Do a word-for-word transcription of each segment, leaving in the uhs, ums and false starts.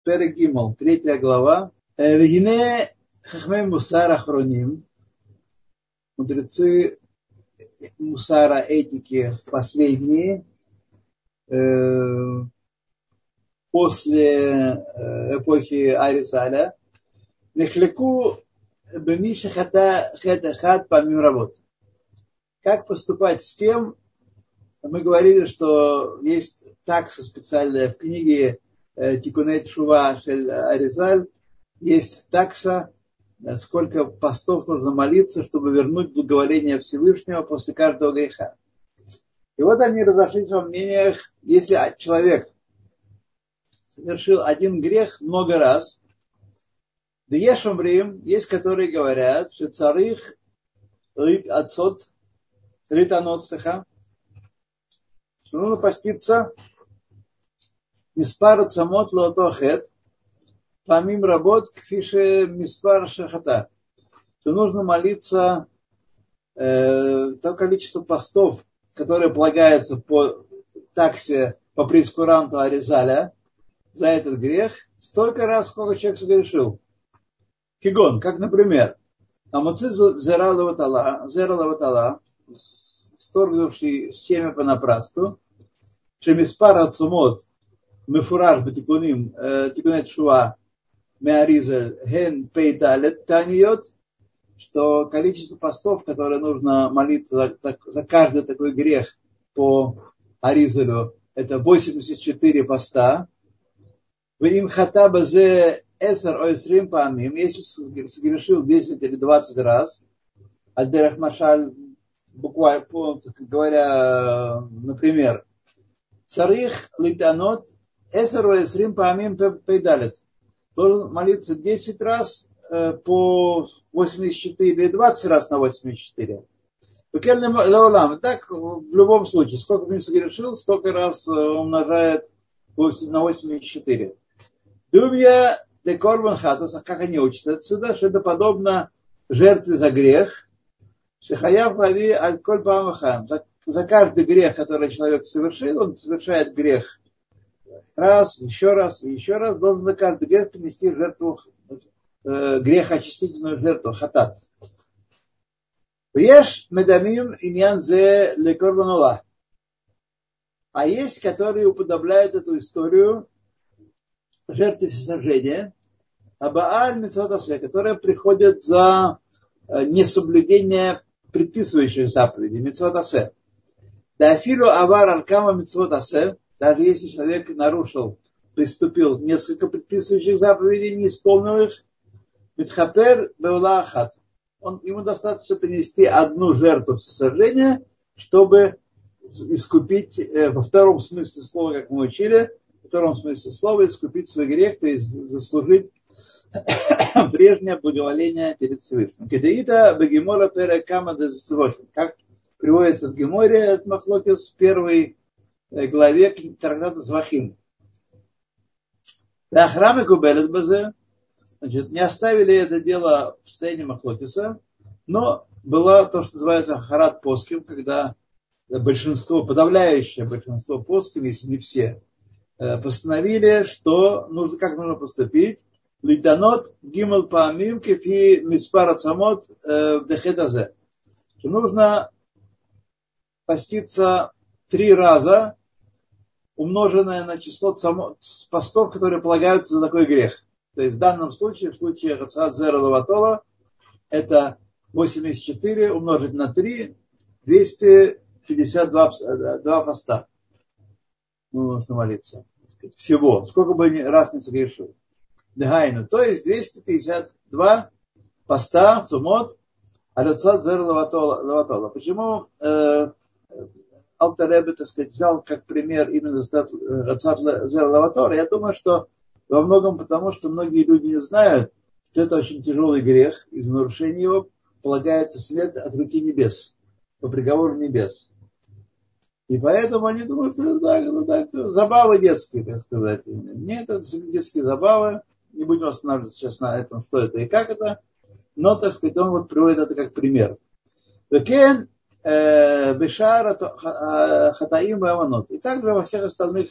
Перек Гимел, третья глава. Вегине хахмей мусар ахроним. Мудрецы мусара, этики последние, после эпохи Аризаля, нехлеку бемиша хата хата хат помим работ. Как поступать с тем? Мы говорили, что есть такса специальная в книге Тикуней Тшува Шель Аризаль. Есть такса, сколько постов нужно молиться, чтобы вернуть благоволение Всевышнего после каждого греха. И вот они разошлись во мнениях, если человек совершил один грех много раз, да ешомрим, есть которые говорят, что царих рит отцот, рит аноцтаха, что нужно поститься миспар цамот лотохет, помимо работ кфише миспар шахата, что нужно молиться э, то количество постов, которые полагаются по таксе, по прескуранту Аризаля за этот грех, столько раз, сколько человек согрешил. Кигон, как, например, Амуци зера лаватала, сторгнувший семя понапрасну, шемиспар ацумот, мефураж батикуним, тикунет шува, меаризель, ген пейдалет таниот, что количество постов, которые нужно молиться за, за каждый такой грех по Аризелю, это восемьдесят четыре поста. В им хатаба зе эсер ойсрим памим, если согрешил десять или двадцать раз, аддерах машаль, буквально, говоря, например, царих литанот эсер ойсрим памим пейдалет, должен молиться десять раз по восемьдесят четыре или двадцать раз на восемьдесят четыре. Так, в любом случае, сколько он согрешил, столько раз умножает на восемьдесят четыре. Думья де корбан хатус, как они учат отсюда, что это подобно жертве за грех. Шехаяв хави аль коль памахам. За каждый грех, который человек совершил, он совершает грех раз, еще раз и еще раз, должен за каждый грех принести жертву, э, грехоочистительную жертву, хатат. Еш медамим иньян зе ле корбан ола. А есть, которые уподобляют эту историю жертве всесожжения, абааль мицвот асе, которые приходят за несоблюдение предписывающих заповедей, мицвот асе. Да афилу авар аркама мицвот асе, даже если человек нарушил, приступил несколько предписывающих заповедей, не исполнил их, митхапер беула ахат. Он, ему достаточно принести одну жертву всесожжения, чтобы искупить, э, во втором смысле слова, как мы учили, в втором смысле слова, искупить свой грех, то есть заслужить прежнее благоволение перед Всевышним. Кедеита бегемора перекама дезесвошин. Как приводится в Геморе, от Махлокис в первой главе трактата Звахим. Храмы кубелет базе, значит, не оставили это дело в состоянии Махлокиса, но было то, что называется харат поским, когда большинство, подавляющее большинство поским, если не все, постановили, что нужно, как нужно поступить. Литанот гимел паамим кефи миспар ацамот дехетазе. Что нужно поститься три раза, умноженное на число постов, которые полагаются за такой грех. То есть в данном случае, в случае Хацат Зера Лаватола, это восемьдесят четыре умножить на три, двести пятьдесят два, два поста. Нужно молиться. Всего. Сколько бы раз не согрешил. Дегайну. То есть двести пятьдесят два поста, цумот, Хацат Зера Лаватола. Почему э, Алтер Ребе, так сказать, взял как пример именно Хацат Зера Лаватола? Я думаю, что во многом потому, что многие люди не знают, что это очень тяжелый грех, и за нарушение его полагается смерть от руки небес, по приговору небес. И поэтому они думают, что так, ну, так, забавы детские, так сказать. Нет, это детские забавы, не будем останавливаться сейчас на этом, что это и как это, но, так сказать, он вот приводит это как пример. Векен бешар хатаим ваванот. И также во всех остальных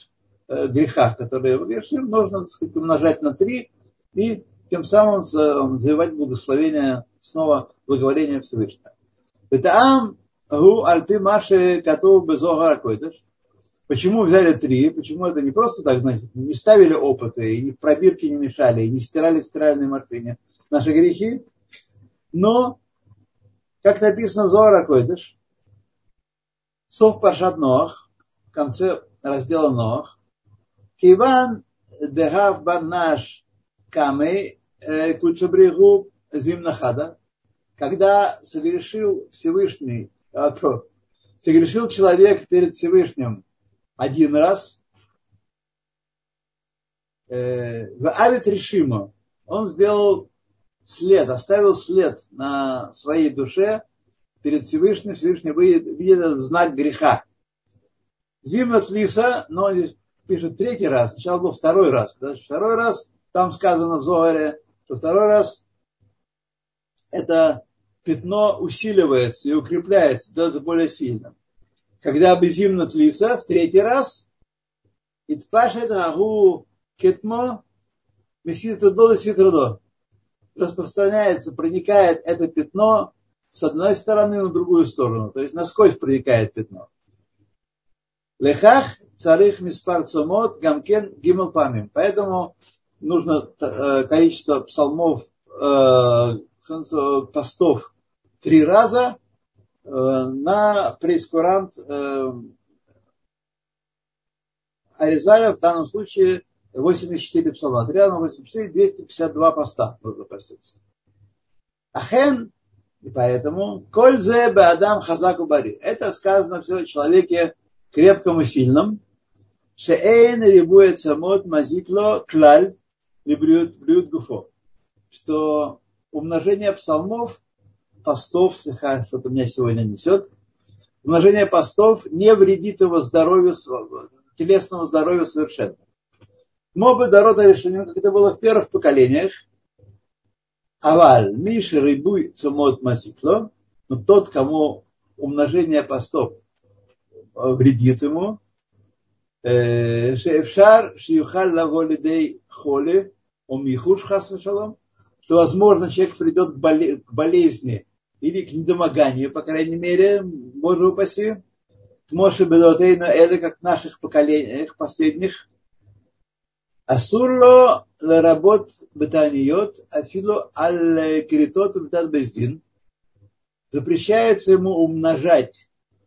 э, грехах, которые грешим, нужно, так сказать, умножать на три и тем самым завоевать благословение, снова благоволение Всевышнего. Это гу альпи маши кату безогар койдыш. Почему взяли три? Почему это не просто так, значит, не ставили опыты, и в пробирки не мешали, и не стирали в стиральной машине наши грехи? Но, как написано в Зоар ха-Койдеш, Сов Паршат Ноах, в конце раздела Ноах, Киван дегав банаш камей кучабригу зимнахада, когда согрешил Всевышний, а, то, согрешил человек перед Всевышним один раз, э, в Арит Решимо, он сделал след, оставил след на своей душе перед Всевышним, Всевышний видит этот знак греха. Зимнат Лиса, но он здесь пишет третий раз, сначала был второй раз. Второй раз, там сказано в Зоаре, что второй раз это пятно усиливается и укрепляется, становится более сильным. Когда бы Зимнат Лиса в третий раз, Итпашет Агу Кетмо Меситудо Ситрудо, распространяется, проникает это пятно с одной стороны на другую сторону, то есть насквозь проникает пятно. Лехах царих миспар цумот гамкен гимл памим. Поэтому нужно количество псалмов, постов три раза на прейскурант Аризаля, в данном случае восемьдесят четыре псалма. Три раза на восемьдесят четыре, двести пятьдесят два поста нужно поститься. Ахен, и поэтому коль зе беадам хазаку бари. Это сказано все о человеке крепком и сильном. Шеэйн рибует самот мазикло клаль либрют гуфо. Что умножение псалмов, постов, что-то меня сегодня несет, умножение постов не вредит его здоровью, телесному здоровью совершенно. Мобы дорота решением, как это было в первых поколениях. Аваль, миши рибуй цумот масикло, но тот, кому умножение постов вредит ему, шеевшар шиюхаль лаволидей холи, умихуш хас вешалом, что, возможно, человек придет к болезни или к недомоганию, по крайней мере, Боже упаси, к Моше Бедотейна, это как в наших поколениях последних. Асурло ларабот бетаниот, афило аль киритот бетат бездин. Запрещается ему умножать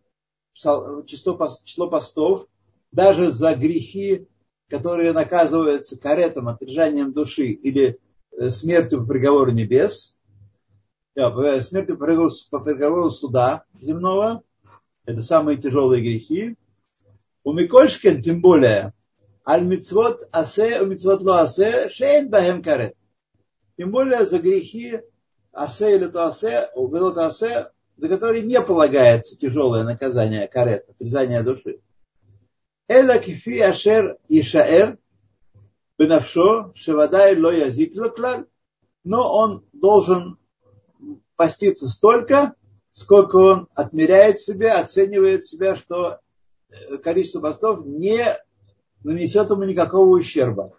число постов даже за грехи, которые наказываются каретом, отрежанием души или смертью по приговору небес, смертью по приговору, по приговору суда земного. Это самые тяжелые грехи. У Микольшкен, тем более, аль мицвот асе, у мицвот ло асе, шейн бахем карет. Тем более за грехи асе или то асе, убило то асе, за которые не полагается тяжелое наказание карет, отрезание души. Эла кифи ашер ишаэр бенавшо шевадай ло язик локлаль. Но он должен поститься столько, сколько он отмеряет себе, оценивает себя, что количество постов не нанесет ему никакого ущерба.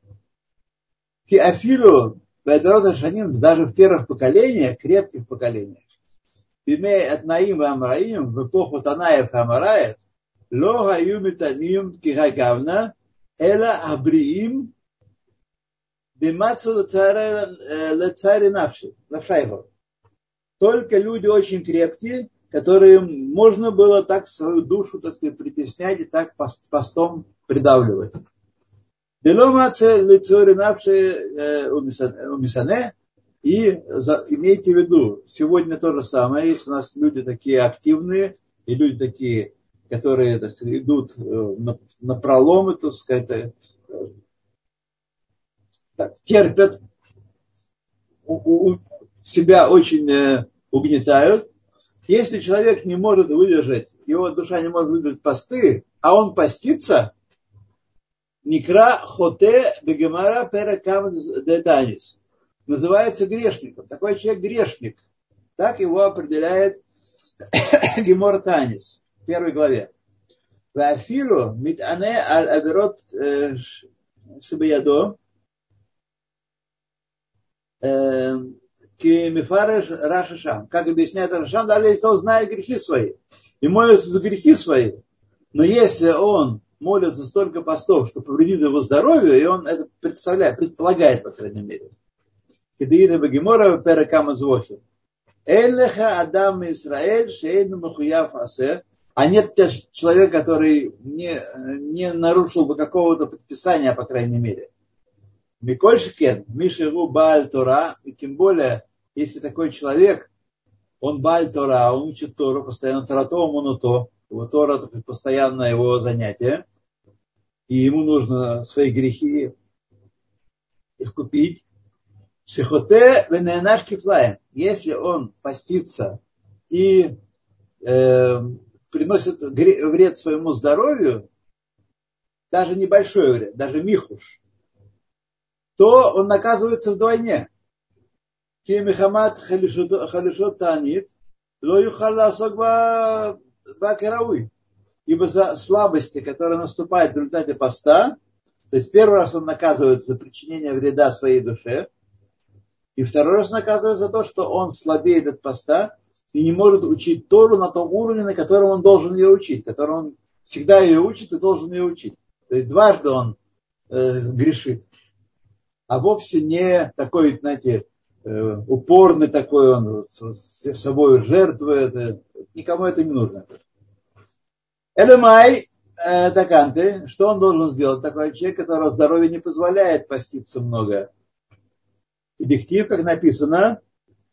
Киафилу, даже в первых поколениях, крепких поколениях, имея от Наим и Амраим, в эпоху Танаев и Амараев, ло гаю метаним кигагавна, эла абриим, бимацу лецари навши, навшайго. Только люди очень крепкие, которые можно было так свою душу, так сказать, притеснять и так постом придавливать. И имейте в виду, сегодня то же самое, если у нас люди такие активные, и люди такие, которые так, идут на, на проломы, так сказать, так, терпят, у, у, себя очень угнетают. Если человек не может выдержать, его душа не может выдержать посты, а он постится, никра хоте бегемара перакам детанис, называется грешником. Такой человек грешник. Так его определяет Гемор Танис в первой главе. ואפילו מתענה על עבירות שבידו, כמפרש Раши Шам. Как объясняет Раши Шам, далее, если он знает грехи свои и молится за грехи свои, но если он молится столько постов, что повредит его здоровью, и он это представляет, предполагает, по крайней мере. Кедеира Багимора Перекама Звохи. Эллеха Адам Исраэль Шейну Махуяв Асе. А нет человека, который не, не нарушил бы какого-то предписания, по крайней мере. Миколь Шикен, Мишеву Бааль Тора, и тем более, если такой человек, он Бааль Тора, он учит Тору, постоянно Торато, Монуто, его Тора — это постоянное его занятие, и ему нужно свои грехи искупить. Шихоте вененаш кифлаем, если он постится и э, приносит вред своему здоровью, даже небольшой вред, даже михуш, то он наказывается вдвойне. Ки михамат халишот танит, ло юхал ласок бакерауи. Ибо за слабости, которые наступают в результате поста, то есть первый раз он наказывается за причинение вреда своей душе, и второй раз наказывается за то, что он слабеет от поста и не может учить Тору на том уровне, на котором он должен ее учить, которым он всегда ее учит и должен ее учить. То есть дважды он э, грешит. А вовсе не такой, знаете, э, упорный такой, он с, с собой жертвует. Никому это не нужно. Элемай э, Таканты, что он должен сделать? Такой человек, которого здоровье не позволяет поститься много. И дихтив, как написано,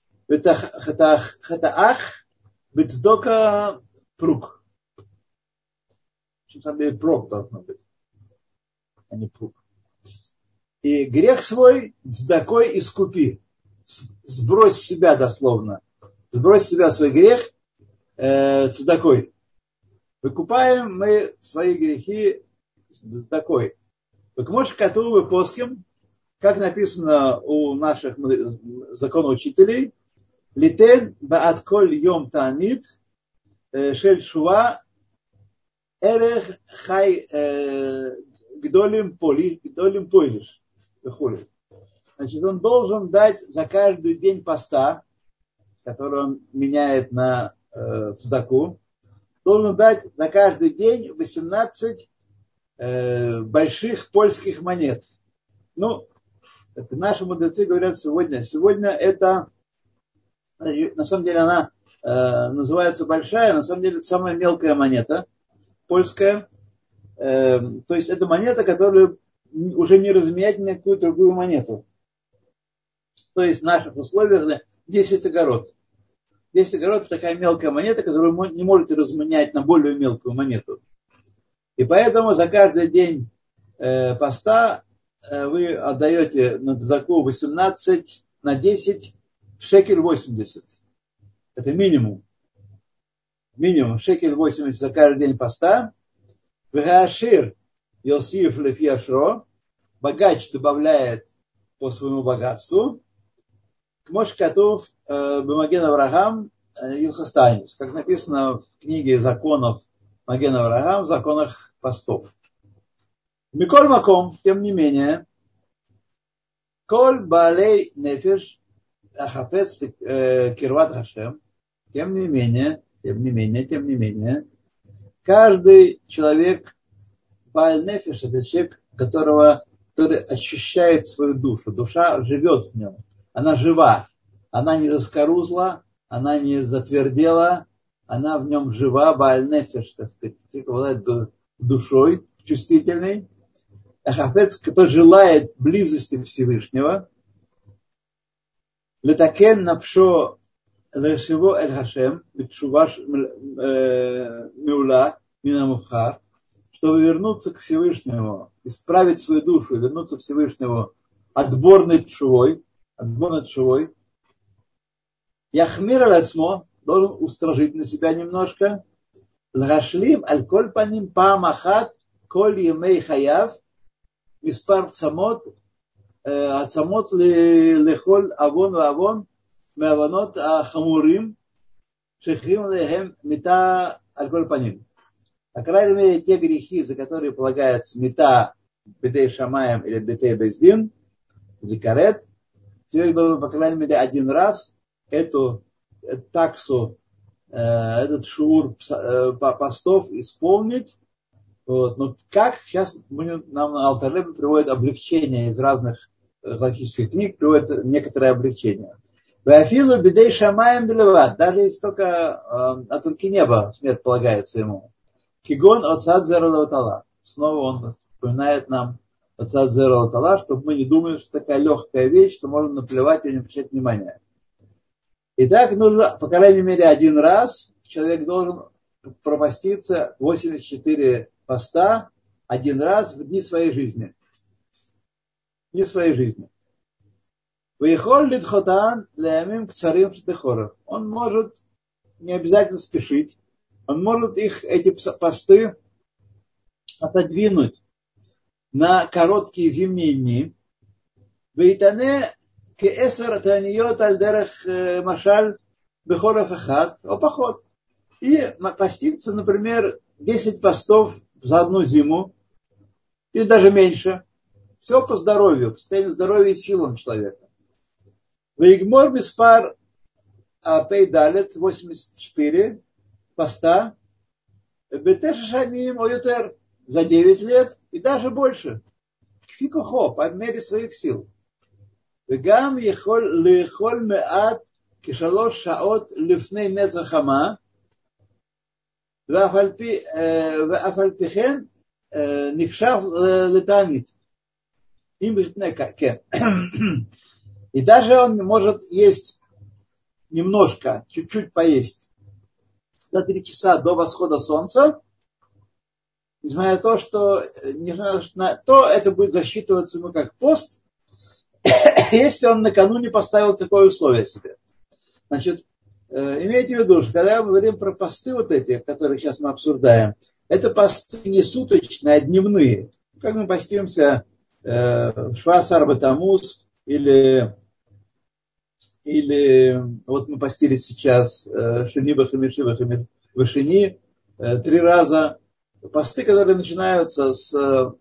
хатаах бецдока прук. На самом деле прок должно быть, а не прук. И грех свой цдакой искупи. Сбрось с себя дословно. Сбрось с себя свой грех э, цдакой. Выкупаем мы свои грехи цдакой. Как можешь коту плоским, как написано у наших законоучителей, литен баат коль йом таанит шель шува эрех хай гдолим поли гдолим пойлиш. Значит, он должен дать за каждый день поста, который он меняет на э, цдаку, должен дать за каждый день восемнадцать э, больших польских монет. Ну, это наши мудрецы говорят сегодня. Сегодня это, на самом деле, она э, называется большая, на самом деле это самая мелкая монета польская. Э, то есть это монета, которую уже не разменять ни на какую другую монету. То есть в наших условиях десять огород. десять огород это такая мелкая монета, которую вы не можете разменять на более мелкую монету. И поэтому за каждый день э, поста вы отдаете на цдаку восемнадцать на десять шекель восемьдесят. Это минимум. Минимум шекель восемьдесят за каждый день поста. Вегашир Йосиф лефиашро. Богач добавляет по своему богатству. Кмош котов б'маген Авраам Юхастанис. Как написано в книге законов Маген Авраам, в законах постов. Миколь маком, тем не менее, коль баалей нефеш ахафец кирват хашем, тем не менее, тем не менее, тем не менее, каждый человек бааль нефеш, это человек, которого, который ощущает свою душу, душа живет в нем, она жива, она не заскорузла, она не затвердела, она в нем жива, бааль нефеш, так сказать, человек обладает душой чувствительной. Хафец, кто желает близости Всевышнего, летакен навшо лешево эль хашем, битшуваш меула минамухар, чтобы вернуться к Всевышнему, исправить свою душу, вернуться к Всевышнему отборной тшувой, отборной тшувой. Яхмир аль-ацмо, должен устражить на себя немножко. Лгашлим аль-коль паним паамахат коль емей хаяв, Миспар цамот, цамот лехоль авон вавон, меавонот ахамурим, шехрим лехем мита аль-коль паним. По крайней мере, те грехи, за которые полагается мета бетей шамаем или бетей бездин, или карет, все их должен, по крайней мере, один раз эту, эту таксу, э, этот шуур э, постов исполнить. Вот. Но как сейчас мы, нам Алтер Ребе приводит облегчение из разных классических книг, приводит некоторые облегчения. Вафилу бедей шамаем белеват, даже если только э, от руки неба смерть полагается ему. Кигон отцад зералатала. Снова он напоминает нам отцад зералатала, чтобы мы не думали, что такая легкая вещь, что можно наплевать и не обращать внимания. Итак, нужно, по крайней мере, один раз человек должен пропаститься восемьдесят четыре поста один раз в дни своей жизни. В дни своей жизни. Он может не обязательно спешить. Он может их, эти посты отодвинуть на короткие зимние дни. И поститься, например, десять постов за одну зиму, или даже меньше. Все по здоровью, по состоянию здоровья и силам человека. Вейгмор беспар пейдалет восемьдесят четыре поста, бетешашаним оютер за девять лет и даже больше. Кфикохо, по мере своих сил. Вегам ехоль лехоль меат кишалош шаот лифней нецахама. ואף על פי כן נחשב לתענית. И даже он может есть немножко, чуть-чуть поесть за три часа до восхода солнца, несмотря на то, что, на то это будет засчитываться ему как пост, если он накануне поставил такое условие себе. Значит, имейте в виду, что когда мы говорим про посты вот эти, которые сейчас мы обсуждаем, это посты не суточные, а дневные. Как мы постимся в Швас-Ар Бетамуз или, или вот мы постились сейчас Шини Башимиши Башини три раза. Посты, которые начинаются с,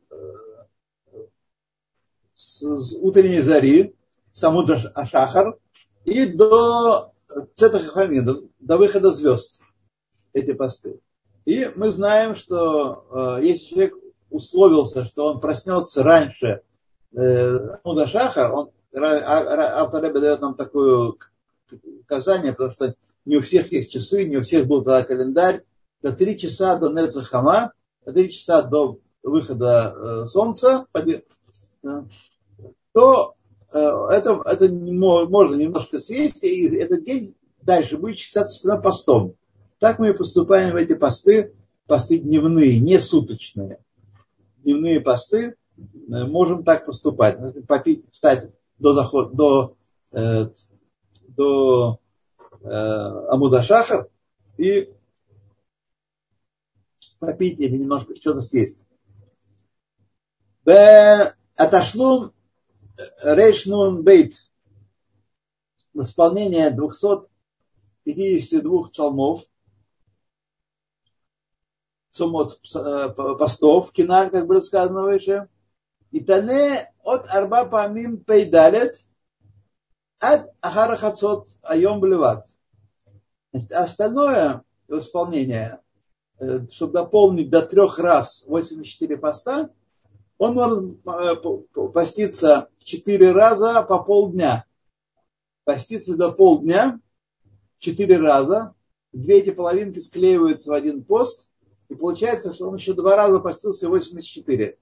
с, с утренней зари, Самуд Ашахар, и до Цетах Хамин, до выхода звезд, эти посты. И мы знаем, что э, если человек условился, что он проснется раньше Самуда э, Шахар, он, Алтер Ребе дает нам такое указание, потому что не у всех есть часы, не у всех был тогда календарь, за три часа до Нецахама, за три часа до выхода э, солнца, э, то Это, это можно немножко съесть, и этот день дальше будет считаться постом. Так мы и поступаем в эти посты, посты дневные, не суточные. Дневные посты, можем так поступать. Попить, встать до захода, до, э, до э, Амуда Шахар и попить или немножко что-то съесть. Аташлум Рейшнун Бейт, в исполнение двухсот пятидесяти двух псалмов, цумот, постов, киналь, как было сказано выше, и тане от арба памим пейдалет ад ахарахацот айом блеват. Остальное исполнение, чтобы дополнить до трех раз восемьдесят четыре поста, он может поститься четыре раза по полдня. Поститься до полдня, четыре раза. Две эти половинки склеиваются в один пост. И получается, что он еще два раза постился восемьдесят четыре.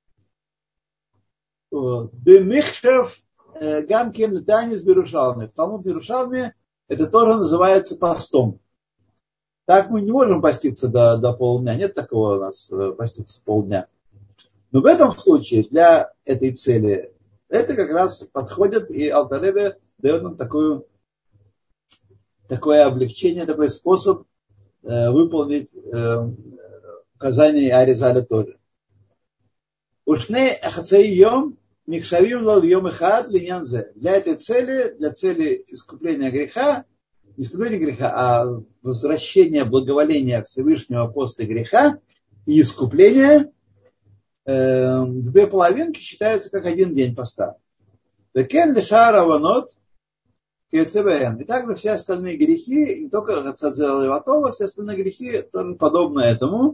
Демихшев гамкен летанис берушалме. В Талмуд Берушалме это тоже называется постом. Так мы не можем поститься до, до полдня. Нет такого у нас поститься полдня. Но в этом случае для этой цели это как раз подходит, и Алтер Ребе дает нам такую, такое облегчение, такой способ э, выполнить э, указание Аризаля тоже. Ушней ахацей йом михшавим лол йом эхад линянзе. Для этой цели, для цели искупления греха, не искупления греха, а возвращения благоволения Всевышнего после греха, и искупление, э, две половинки считаются как один день поста. Векен лишар аванот кецбн. И также все остальные грехи, не только Хацазел и Ватова, все остальные грехи тоже подобны этому.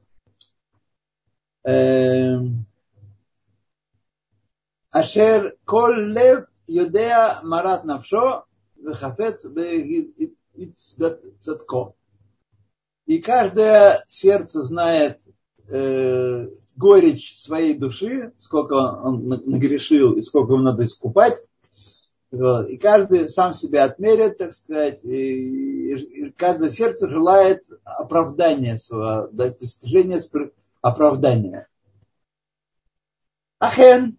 Ашер коль лев юдеа марат навшо вехафет цатко. И каждое сердце знает э, горечь своей души, сколько он нагрешил и сколько ему надо искупать. Вот. И каждый сам себя отмерит, так сказать, и, и каждое сердце желает оправдания своего, достижения оправдания. Ахен.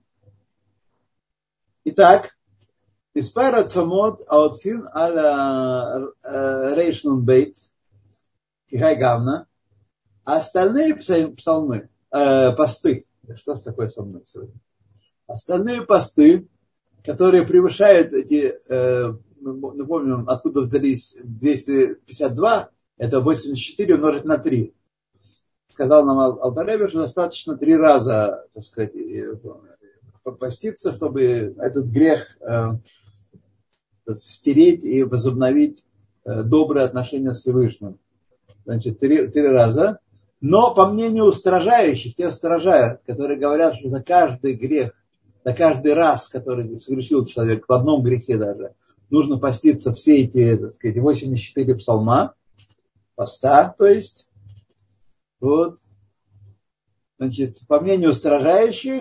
Итак, Испара Цамот Аутфин аля Рейшнун Бейт Кихай Гавна, а остальные псалмы, э, посты, что такое со мной сегодня? Остальные посты, которые превышают эти, э, напомним, откуда взялись двести пятьдесят два, это восемьдесят четыре умножить на три. Сказал нам Алтер Ребе, что достаточно три раза, так сказать, поститься, чтобы этот грех э, стереть и возобновить э, добрые отношения с Всевышним. Значит, три, три раза. Но по мнению устражающих, те устражают, которые говорят, что за каждый грех, за каждый раз, который совершил человек в одном грехе даже, нужно поститься все эти, так сказать, восемьдесят четыре псалма, поста, то есть. Вот. Значит, по мнению устражающих,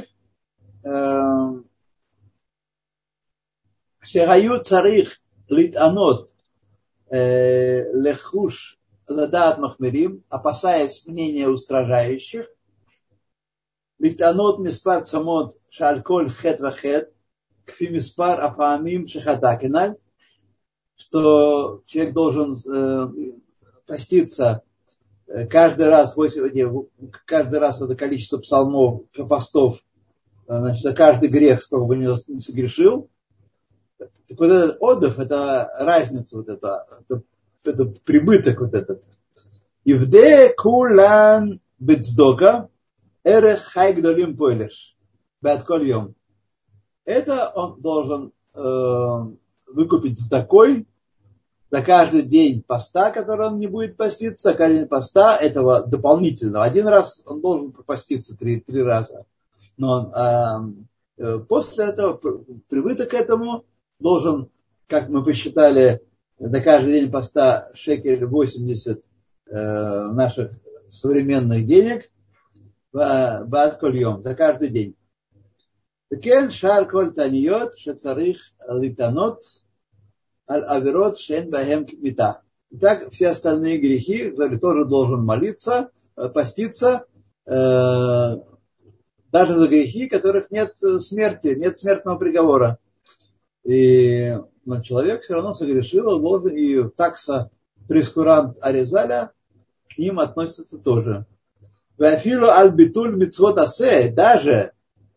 Шераю царих литанот лехуш ладат махмирим, опасаясь мнения устражающих, литанот миспар цамот шальколь хет вахет, кфи миспар апаамим шехатакиналь, что человек должен э, поститься каждый раз, каждый раз это количество псалмов, постов, значит, за каждый грех, сколько бы ни согрешил. Так вот этот отдых, это разница, вот это, это, это прибыток вот этот. Ивде кулан бецдока эрех хайгдолим пойлеш бэткольем. Это он должен э, выкупить с такой за каждый день поста, который он не будет поститься, за каждый день поста этого дополнительного. Один раз он должен пропаститься три, три раза. Но э, после этого, привык к этому, должен, как мы посчитали, за каждый день поста шекель восемьдесят э, наших современных денег баат коль йом, за каждый день. Такен шар коль таниот шецарих литанот аль аверот шен бахем кмита. Итак, все остальные грехи, которые тоже должен молиться, поститься, э, даже за грехи, которых нет смерти, нет смертного приговора. И, но человек все равно согрешил, он должен, и такса прескурант Аризаля к ним относится тоже. Вафилу аль-битуль мицвот асе, даже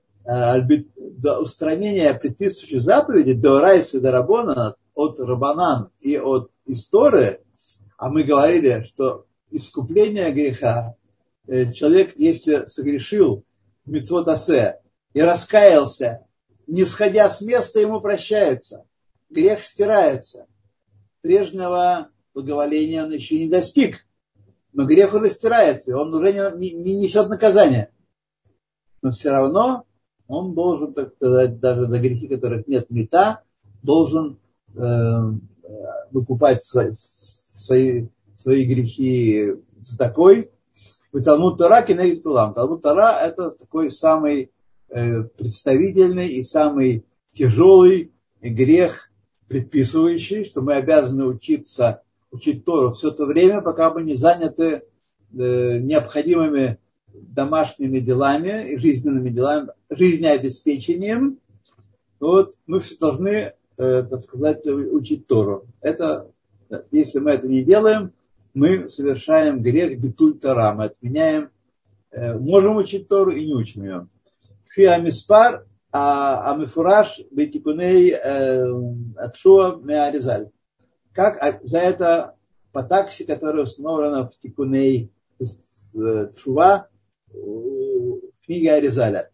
до устранения предписывающих заповедей, до райса, до рабона, от рабанан и от истории, а мы говорили, что искупление греха, человек, если согрешил мицвот асе и раскаялся, не сходя с места, ему прощается. Грех стирается. Прежнего благоволения он еще не достиг. Но грех уже стирается. Он уже не, не несет наказания. Но все равно он должен, так сказать, даже за грехи, которых нет мита, должен э, выкупать свои, свои, свои грехи за такой. Талмуд Тора кенегед кулам. Талмуд Тора — это такой самый представительный и самый тяжелый грех, предписывающий, что мы обязаны учиться, учить Тору все то время, пока мы не заняты необходимыми домашними делами и жизненными делами, жизнеобеспечением. Вот мы должны, так сказать, учить Тору. Это, если мы это не делаем, мы совершаем грех битуль Тора. Мы отменяем, можем учить Тору и не учим ее. Кфи амиспар амифураш бетикуней акшуа меаризаль. Как за это по такси, которая установлена в тикуней, Тшува в книге Аризаля.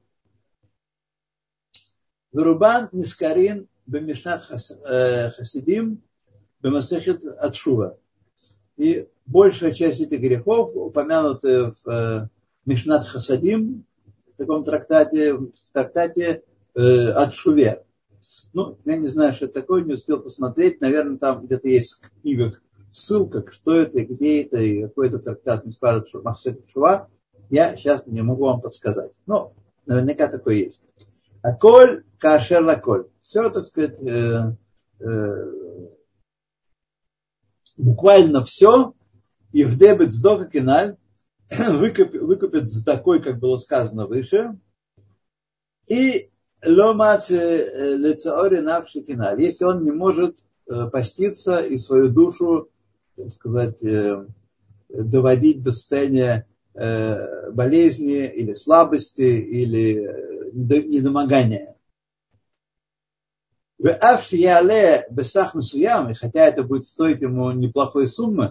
Вырубан нискарин бемишнат хасидим бемасехет атшува. И большая часть этих грехов упомянуты в Мишнат Хасадим, в таком трактате, в трактате э, Атшуве. Ну, я не знаю, что это такое, не успел посмотреть. Наверное, там где-то есть в книгах ссылка, что это, где это, и какой это трактат Мишпар Атшува. Я сейчас не могу вам подсказать. Но наверняка такое есть. Аколь кашер лаколь. Все, так сказать, э, э, буквально все. И в дебет сдока киналь выкупит, выкупит с такой, как было сказано выше. И ломать лецаори навши киналь. Если он не может э, поститься и свою душу, так сказать, э, доводить до состояния э, болезни или слабости или э, недомогания. В авши яле бесах масуям, хотя это будет стоить ему неплохой суммы,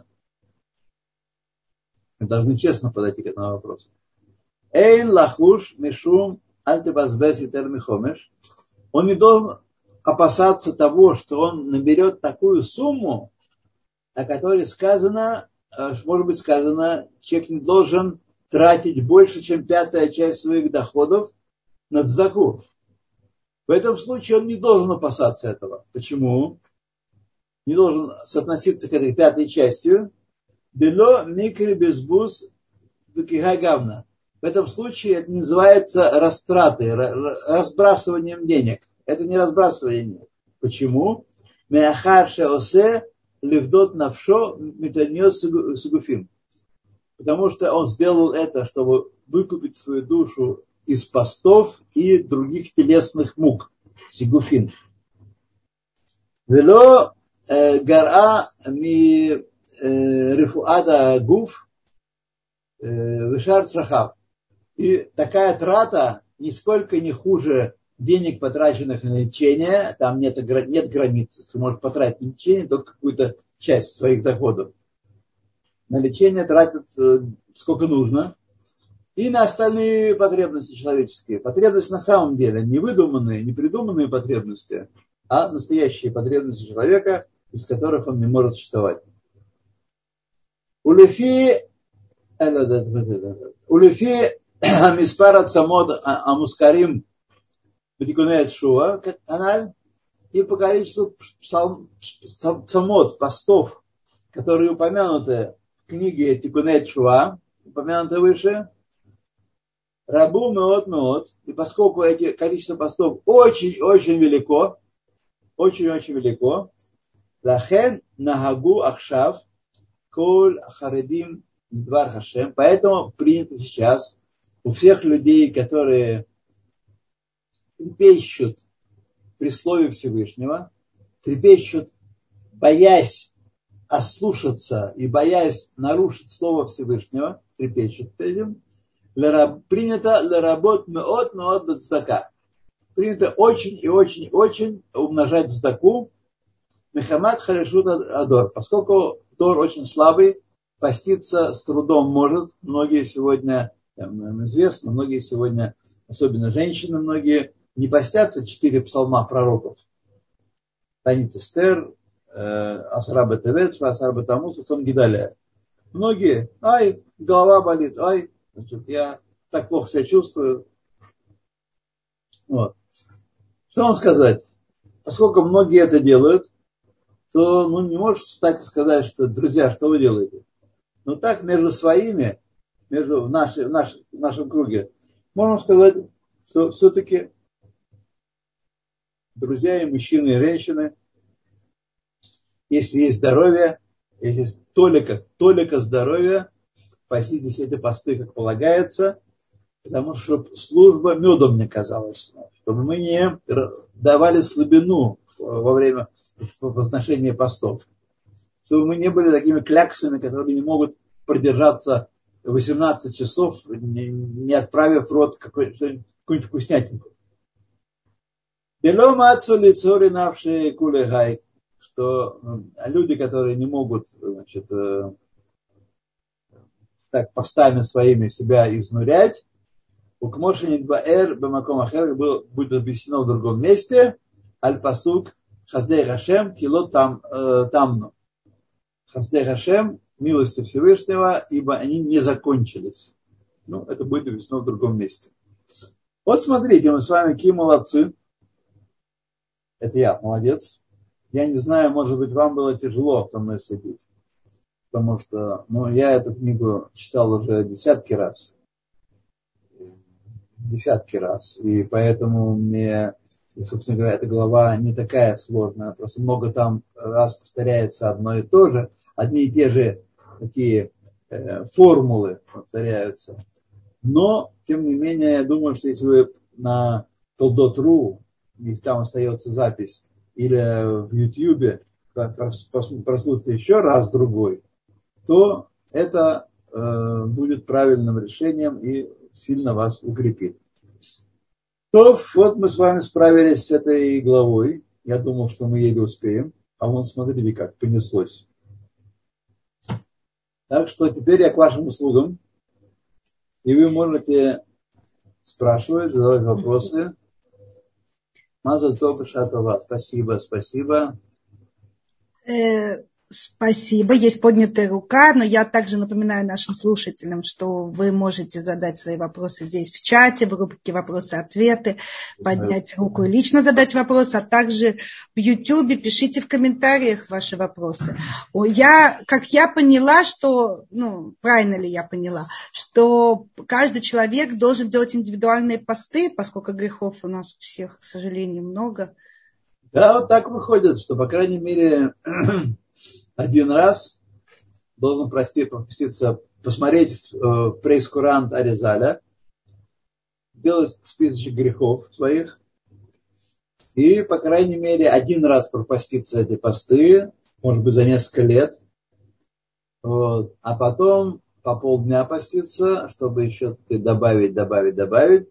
мы должны честно подойти к этому вопросу. Эйн лахуш мишум альтебазбес и термихомеш. Он не должен опасаться того, что он наберет такую сумму, о которой сказано, может быть сказано, человек не должен тратить больше, чем пятая часть своих доходов на цдаку. В этом случае он не должен опасаться этого. Почему? Не должен соотноситься к этой пятой части. Дело микри безбус дукига гавна. В этом случае это называется растратой, разбрасыванием денег. Это не разбрасывание денег. Почему? Меахарше осе левдот навшо метаньо сугуфим. Потому что он сделал это, чтобы выкупить свою душу из постов и других телесных мук. Сигуфин. Вело гара ми рифуада гуф вишар црахав. И такая трата нисколько не хуже денег, потраченных на лечение. Там нет, нет границы. Ты можешь потратить на лечение только какую-то часть своих доходов. На лечение тратят сколько нужно. И на остальные потребности человеческие. Потребности на самом деле не выдуманные, не придуманные потребности, а настоящие потребности человека, без которых он не может существовать. Улефи Улефи Миспара Цамод Амускарим Бетикунеет Шуа канал, и по количеству цамод, постов, которые упомянуты в книге Тикунеет Шуа, упомянуты выше, Рабу меот меот, и поскольку эти количество постов очень-очень велико, очень-очень велико, лахен нагагу ахшав коль харедим двар хашем, поэтому принято сейчас у всех людей, которые трепещут при слове Всевышнего, трепещут, боясь ослушаться и боясь нарушить слово Всевышнего, трепещут перед ним, принято ларабот меот меот бацдака. Принято очень и очень и очень умножать цдаку. Мехамад харешут адор. Поскольку Тор очень слабый, поститься с трудом может. Многие сегодня, нам известно, многие сегодня, особенно женщины, многие не постятся четыре псалма пророков. Танит Эстер, Асара Бетевет, Асара Бетамус, Сон Гидалия. Многие, ай, голова болит, ай, значит, я так плохо себя чувствую. Вот. Что вам сказать? Поскольку многие это делают, то ну, не можешь встать и сказать, что, друзья, что вы делаете? Но так между своими, между, в, нашей, в, наш, в нашем круге, можно сказать, что все-таки друзья и мужчины, и женщины, если есть здоровье, если есть толика, толика здоровья, поститесь эти посты, как полагается, потому что служба медом не казалась, чтобы мы не давали слабину во время возношения постов, чтобы мы не были такими кляксами, которые не могут продержаться восемнадцать часов, не, не отправив в рот какой-нибудь вкуснятинку. Что люди, которые не могут, значит, в так, постами своими себя изнурять. У Кмошенит Баэр Бамаком Ахер будет объяснено в другом месте. Аль-Пасук Хаздей Хашем Кило там Тамну. Хаздей Хашем, милости Всевышнего, ибо они не закончились. Ну, это будет объяснено в другом месте. Вот смотрите, мы с вами какие молодцы. Это я, молодец. Я не знаю, может быть, вам было тяжело со мной сидеть. Потому что, ну, я эту книгу читал уже десятки раз. Десятки раз. И поэтому мне, собственно говоря, эта глава не такая сложная. Просто много там раз повторяется одно и то же. Одни и те же такие э, формулы повторяются. Но, тем не менее, я думаю, что если вы на Толдот точка ру, и там остается запись, или в Ютьюбе прослушать еще раз другой, то это э, будет правильным решением и сильно вас укрепит. То вот мы с вами справились с этой главой. Я думал, что мы еле успеем. А вон, смотрите, как понеслось. Так что теперь я к вашим услугам. И вы можете спрашивать, задавать вопросы. Мазаль тов бешат-това. Спасибо, спасибо. Спасибо. Есть поднятая рука, но я также напоминаю нашим слушателям, что вы можете задать свои вопросы здесь в чате, в рубрике «Вопросы-ответы», поднять руку и лично задать вопрос, а также в Ютубе пишите в комментариях ваши вопросы. Я, как я поняла, что, ну, правильно ли я поняла, что каждый человек должен делать индивидуальные посты, поскольку грехов у нас у всех, к сожалению, много. Да, вот так выходит, что, по крайней мере, один раз должен прости, пропуститься, посмотреть в прейскурант Аризаля, сделать списочек грехов своих и, по крайней мере, один раз пропаститься эти посты, может быть, за несколько лет, вот. А потом по полдня поститься, чтобы еще добавить, добавить, добавить.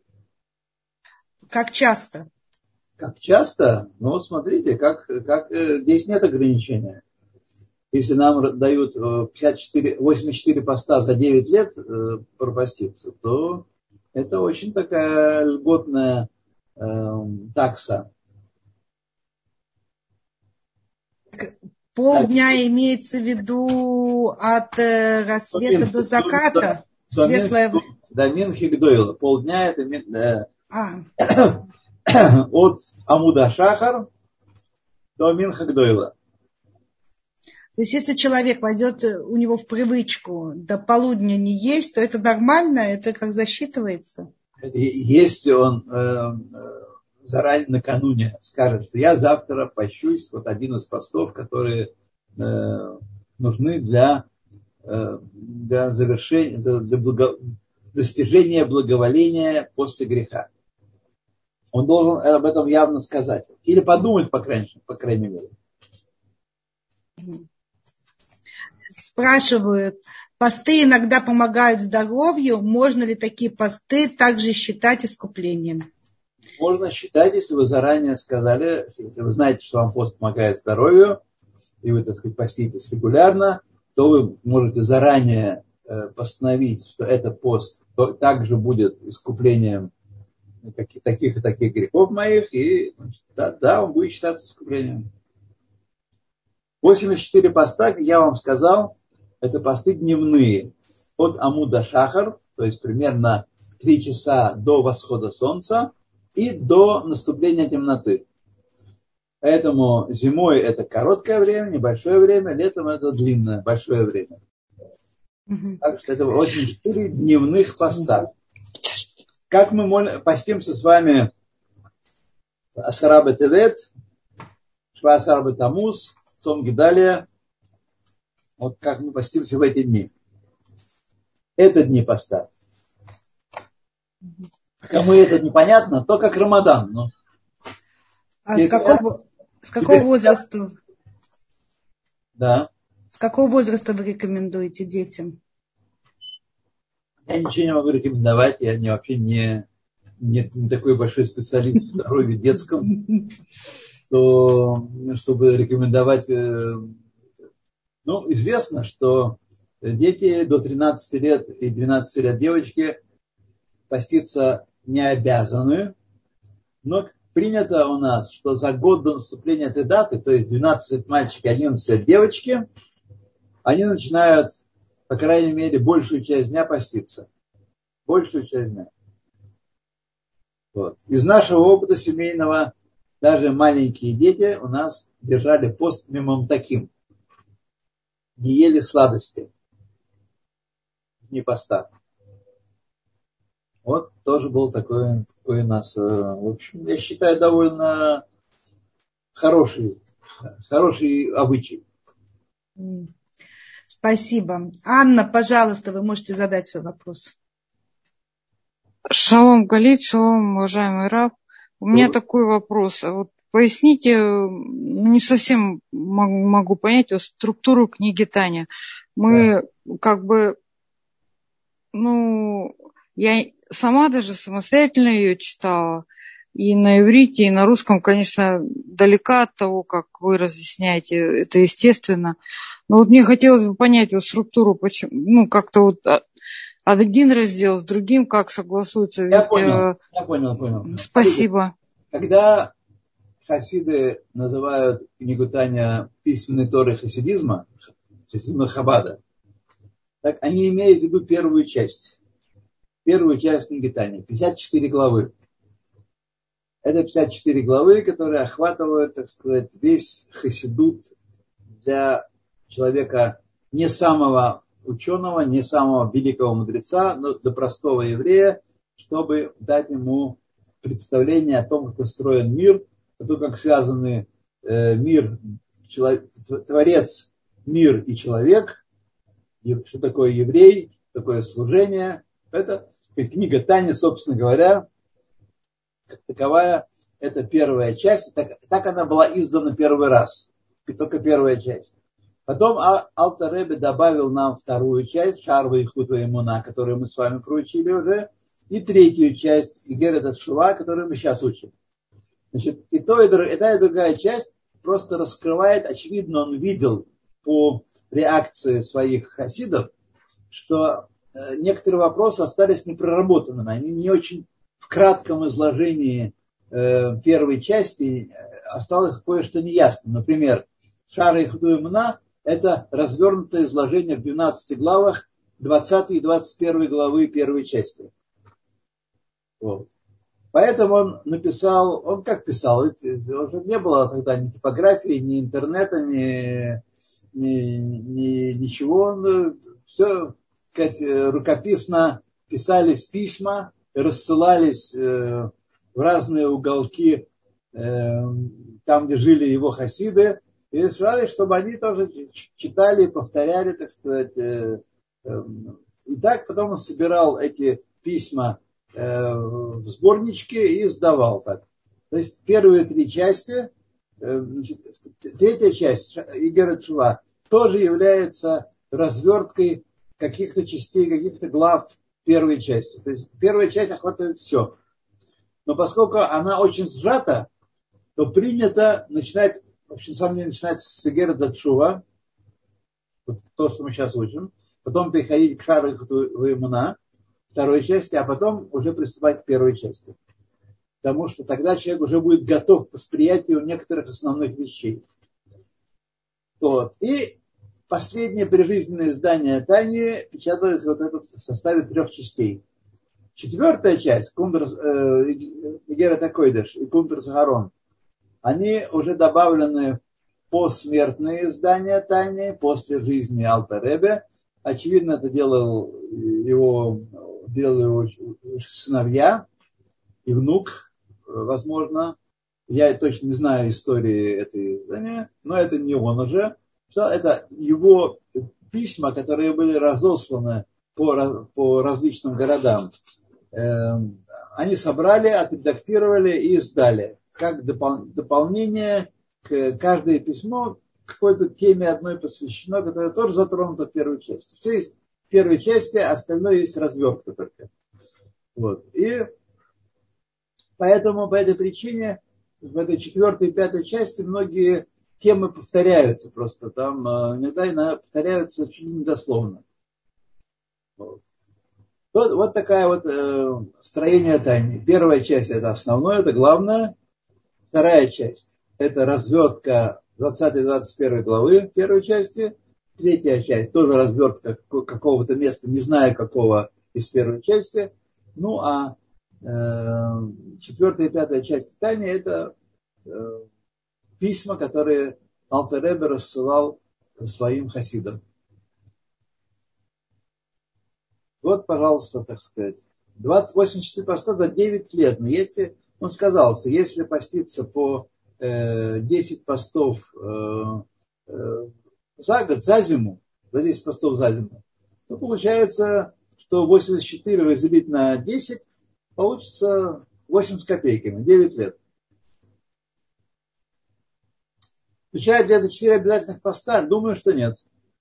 Как часто? Как часто? Ну, смотрите, как, как, здесь нет ограничения. Если нам дают пятьдесят четыре, восемьдесят четыре поста за девять лет пропаститься, то это очень такая льготная э, такса. Полдня так, имеется в виду от э, рассвета до, до заката? До, светлое... до Минхи-Гдойла. Полдня это э, а. от Амуда Шахар до Минха-Гдойла. То есть, если человек войдет у него в привычку до полудня не есть, то это нормально, это как засчитывается? Если он э, заранее накануне скажет, что я завтра пощусь, вот один из постов, которые э, нужны для, э, для завершения, для благо, достижения благоволения после греха. Он должен об этом явно сказать. Или подумать, по крайней, по крайней мере. Спрашивают, посты иногда помогают здоровью, можно ли такие посты также считать искуплением? Можно считать, если вы заранее сказали, если вы знаете, что вам пост помогает здоровью, и вы, так сказать, поститесь регулярно, то вы можете заранее постановить, что этот пост также будет искуплением таких и таких грехов моих, и да, да, он будет считаться искуплением. восемьдесят четыре поста, как я вам сказал, это посты дневные. От Амуда Шахар, то есть примерно три часа до восхода солнца и до наступления темноты. Поэтому зимой это короткое время, небольшое время, летом это длинное, большое время. Mm-hmm. Так что это восемьдесят четыре дневных поста. Как мы постимся с вами Ашара бе-Тевет, Шва-Асар бе-Тамуз, Цом Гидалия, вот как мы постимся в эти дни. Это дни поста. Кому это непонятно, то как Рамадан. Но а с какого, с какого возраста? Да. С какого возраста вы рекомендуете детям? Я ничего не могу рекомендовать. Я не, вообще не, не, не такой большой специалист в здоровье детском, что, чтобы рекомендовать. Ну, известно, что дети до тринадцати лет и двенадцати лет девочки поститься не обязаны, но принято у нас, что за год до наступления этой даты, то есть двенадцать лет мальчики, одиннадцать лет девочки, они начинают, по крайней мере, большую часть дня поститься. Большую часть дня. Вот. Из нашего опыта семейного даже маленькие дети у нас держали пост мимом таким. Не ели сладости. Не поста. Вот тоже был такой, такой у нас, в общем, я считаю, довольно хороший, хороший обычай. Спасибо. Анна, пожалуйста, вы можете задать свой вопрос. Шалом Галит, шалом, уважаемый рав. У меня такой вопрос. Вот поясните, не совсем могу, могу понять вот, структуру книги Таня. Мы да. как бы, ну, я сама даже самостоятельно ее читала. И на иврите, и на русском, конечно, далека от того, как вы разъясняете, это естественно. Но вот мне хотелось бы понять вот структуру, почему, ну, как-то вот один раздел с другим, как согласуется. Я Ведь, понял, я понял, понял. Спасибо. Когда хасиды называют книгу Таня письменной Торой хасидизма, хасидизма Хабада, так они имеют в виду первую часть. Первую часть книги Таня, пятьдесят четыре главы. Это пятьдесят четыре главы, которые охватывают, так сказать, весь хасидут для человека не самого ученого, не самого великого мудреца, но для простого еврея, чтобы дать ему представление о том, как устроен мир, о том, как связаны э, мир, человек, творец, мир и человек, и что такое еврей, что такое служение. Это книга Тани, собственно говоря, как таковая, это первая часть. Так, так она была издана первый раз. Только первая часть. Потом Алтер Ребе добавил нам вторую часть, Шарва и Хутва Имуна, которую мы с вами проучили уже, и третью часть, Игерет ат-Шува, которую мы сейчас учим. Значит, и, то, и, и та, и другая часть просто раскрывает, очевидно, он видел по реакции своих хасидов, что э, некоторые вопросы остались непроработанными. Они не очень в кратком изложении э, первой части осталось кое-что неясно. Например, Шара и Хутва Имуна — это развернутое изложение в двенадцати главах двадцатой и двадцать первой главы первой части. Вот. Поэтому он написал, он как писал, уже не было тогда ни типографии, ни интернета, ни, ни, ни ничего. Он все, так сказать, рукописно писались письма, рассылались в разные уголки, там, где жили его хасиды, и решали, чтобы они тоже читали, повторяли, так сказать. И так потом он собирал эти письма в сборничке и издавал так. То есть первые три части, значит, третья часть, Игерет ат-Шува, тоже является разверткой каких-то частей, каких-то глав первой части. То есть первая часть охватывает все. Но поскольку она очень сжата, то принято начинать, в общем, самом деле, начинать с Игерет ат-Шува, вот то, что мы сейчас учим, потом переходить к Шара и Хутва Имуна, второй части, а потом уже приступать к первой части. Потому что тогда человек уже будет готов к восприятию некоторых основных вещей. Вот. И последнее прижизненное издание Тани печаталось вот это в составе трех частей. Четвертая часть, Игерет ха-Койдеш и Кунтрас ха-Ахарон, они уже добавлены в посмертные издания Тани после жизни Алтер Ребе. Очевидно, это делал его, делал его сыновья и внук, возможно. Я точно не знаю истории этой издания, но это не он уже. Это его письма, которые были разосланы по, по различным городам. Они собрали, отредактировали и издали. Как допол- дополнение к каждое письмо какой-то теме одной посвящено, которая тоже затронута в первой части. Все есть в первой части, остальное есть развертка только. Вот. И поэтому по этой причине в этой четвертой и пятой части многие темы повторяются просто. Там иногда, иногда повторяются чуть не дословно. Вот, вот, вот такая вот э, строение тайны. Первая часть это основное, это главное. Вторая часть это развертка двадцатой двадцать первой главы первой части. Третья часть тоже развертка какого-то места, не знаю какого из первой части. Ну а э, четвертая и пятая часть тайны это э, письма, которые Алтер Ребе рассылал своим хасидам. Вот, пожалуйста, так сказать. двадцать восемь четыре поста за девять лет. Но если, он сказал, что если поститься по э, десять постов э, э, за год, за зиму, за десять постов за зиму, то получается, что восемьдесят четыре разделить на десять, получится восемь с копейками, девять лет. Включает ли это четыре обязательных поста? Думаю, что нет.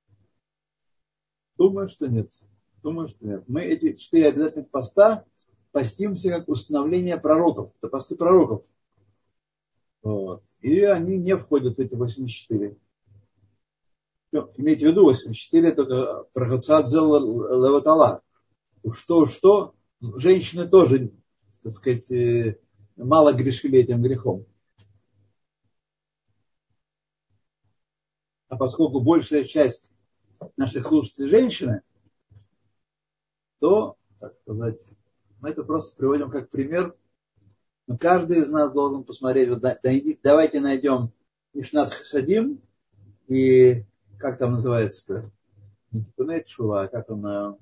Думаю, что нет. Думаю, что нет. Мы эти четыре обязательных поста постимся как установление пророков. Это посты пророков. Вот. И они не входят в эти восемьдесят четыре. Имейте в виду, восемьдесят четыре это прохацадзе леватала. Что, что, женщины тоже, так сказать, мало грешили этим грехом. А поскольку большая часть наших слушателей женщины, то, так сказать, мы это просто приводим как пример. Но каждый из нас должен посмотреть. Вот, давайте найдем Мишнат Хасадим и как там называется-то? Не Тикуней Шува, а как он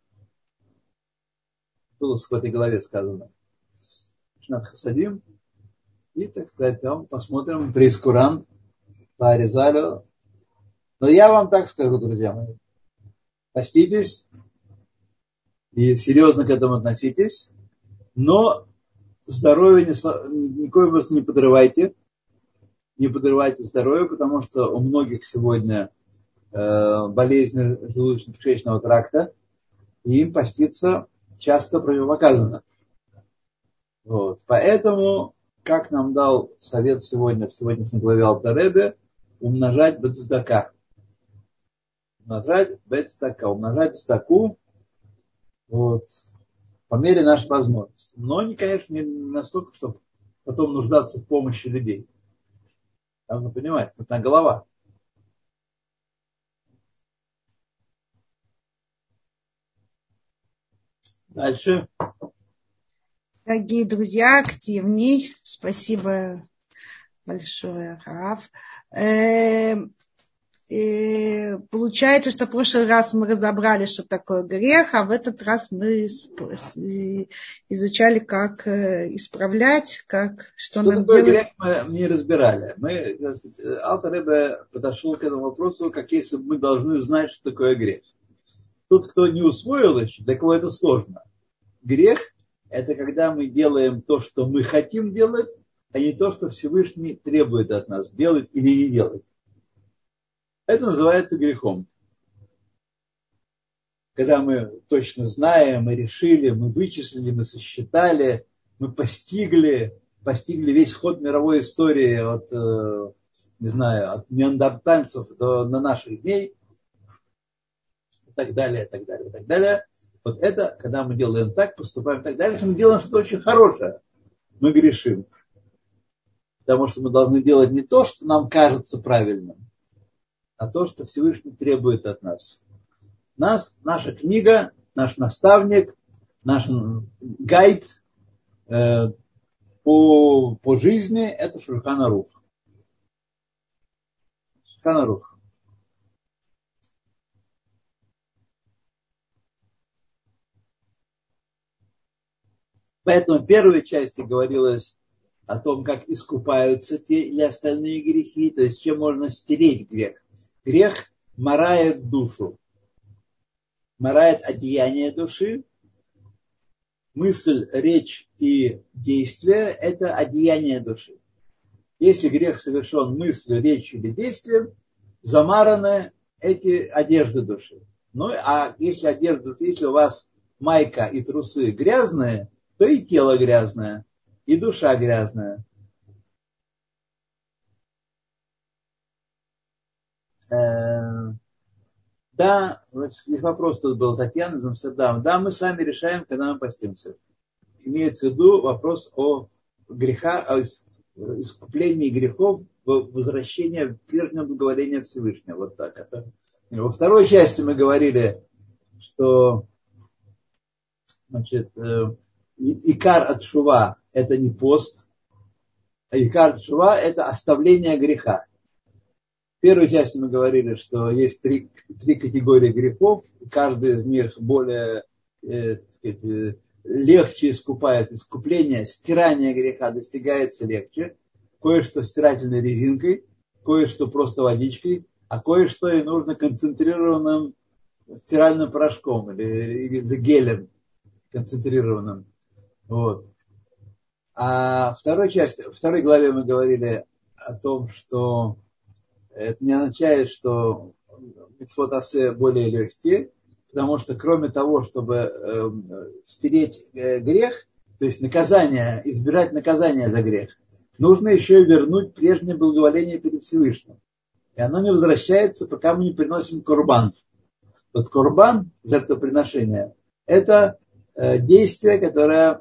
было в этой главе сказано. Мишнат Хасадим. И, так сказать, там посмотрим Прейскуран по Аризалю. Но я вам так скажу, друзья мои. Поститесь и серьезно к этому относитесь, но здоровье ни, никоим образом не подрывайте, не подрывайте здоровье, потому что у многих сегодня э, болезни желудочно-кишечного тракта, и им поститься часто противопоказано. Вот. Поэтому, как нам дал совет сегодня в сегодняшней главе Алтер Ребе, умножать бет-цдака. Умножать бет-цдака, умножать цдаку, вот, по мере нашей возможности. Но, не, конечно, не настолько, чтобы потом нуждаться в помощи людей. Нужно понимать, это голова. Дальше. Дорогие друзья, активней. Спасибо большое, Раф. Э, э, получается, что в прошлый раз мы разобрали, что такое грех, а в этот раз мы изучали, как исправлять, как, что, что нам такое делать. Грех мы не разбирали. Мы, Алтер Ребе подошел к этому вопросу, как если бы мы должны знать, что такое грех. Тот, кто не усвоил еще, для кого это сложно. Грех – это когда мы делаем то, что мы хотим делать, а не то, что Всевышний требует от нас делать или не делать. Это называется грехом. Когда мы точно знаем, мы решили, мы вычислили, мы сосчитали, мы постигли, постигли весь ход мировой истории от, не знаю, от неандертальцев до на наших дней, и так далее, и так далее, и так далее. Вот это, когда мы делаем так, поступаем так далее, мы делаем что-то очень хорошее, мы грешим. Потому что мы должны делать не то, что нам кажется правильным, а то, что Всевышний требует от нас. Нас, наша книга, наш наставник, наш гайд э, по, по жизни – это Шульхан Арух. Шульхан Арух. Поэтому в первой части говорилось о том, как искупаются те или остальные грехи, то есть чем можно стереть грех. Грех марает душу, марает одеяние души. Мысль, речь и действие – это одеяние души. Если грех совершен мыслью, речью или действием, замараны эти одежды души. Ну, а если одежда, если у вас майка и трусы грязные, то и тело грязное, и душа грязная. Да, вопрос тут был, Татьяна из Амстердама. Да, мы сами решаем, когда мы постимся. Имеется в виду вопрос о грехах, о искуплении грехов, возвращения прежнего благоволения Всевышнего. Вот так это. Во второй части мы говорили, что значит, икар от шува – это не пост, а икар от шува – это оставление греха. В первой части мы говорили, что есть три, три категории грехов, каждый из них более э, сказать, легче искупает. Искупление, стирание греха достигается легче. Кое-что стирательной резинкой, кое-что просто водичкой, а кое-что и нужно концентрированным стиральным порошком или, или гелем концентрированным. Вот. А в второй части, в второй главе мы говорили о том, что это не означает, что мицвот асе более легкие, потому что кроме того, чтобы э, стереть э, грех, то есть наказание, избирать наказание за грех, нужно еще и вернуть прежнее благоволение перед Всевышним. И оно не возвращается, пока мы не приносим курбан. Вот курбан, жертвоприношение, это э, действие, которое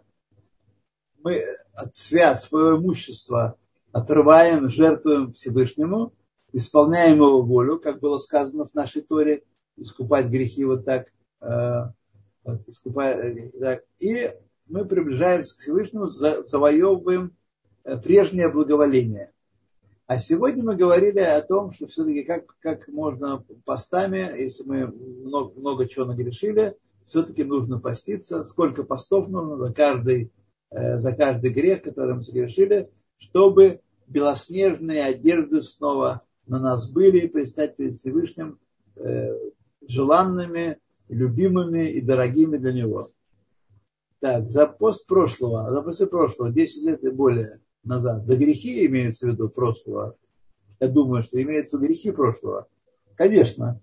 мы от свят своего имущества отрываем, жертвуем Всевышнему, исполняем его волю, как было сказано в нашей Торе, искупать грехи вот так, э, вот, искупать, так. И мы приближаемся к Всевышнему, за, завоевываем э, прежнее благоволение. А сегодня мы говорили о том, что все-таки как, как можно постами, если мы много, много чего нагрешили, все-таки нужно поститься, сколько постов нужно за каждый, э, за каждый грех, который мы согрешили, чтобы белоснежные одежды снова на нас были и предстать перед Всевышним э, желанными, любимыми и дорогими для Него. Так, за пост прошлого, за после прошлого, десять лет и более назад, да грехи имеются в виду прошлого. Я думаю, что имеются в виду грехи прошлого. Конечно.